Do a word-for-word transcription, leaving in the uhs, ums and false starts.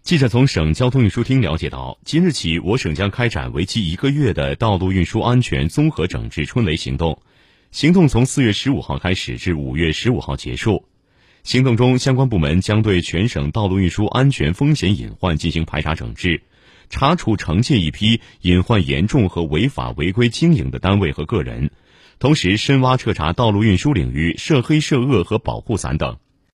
记者从省交通运输厅了解到，今日起我省将开展为期一个月的道路运输安全综合整治春雷行动，行动从四月十五号开始至五月十五号结束。行动中，相关部门将对全省道路运输安全风险隐患进行排查整治，查处惩戒一批隐患严重和违法违规经营的单位和个人，同时深挖彻查道路运输领域涉黑涉恶和保护伞等。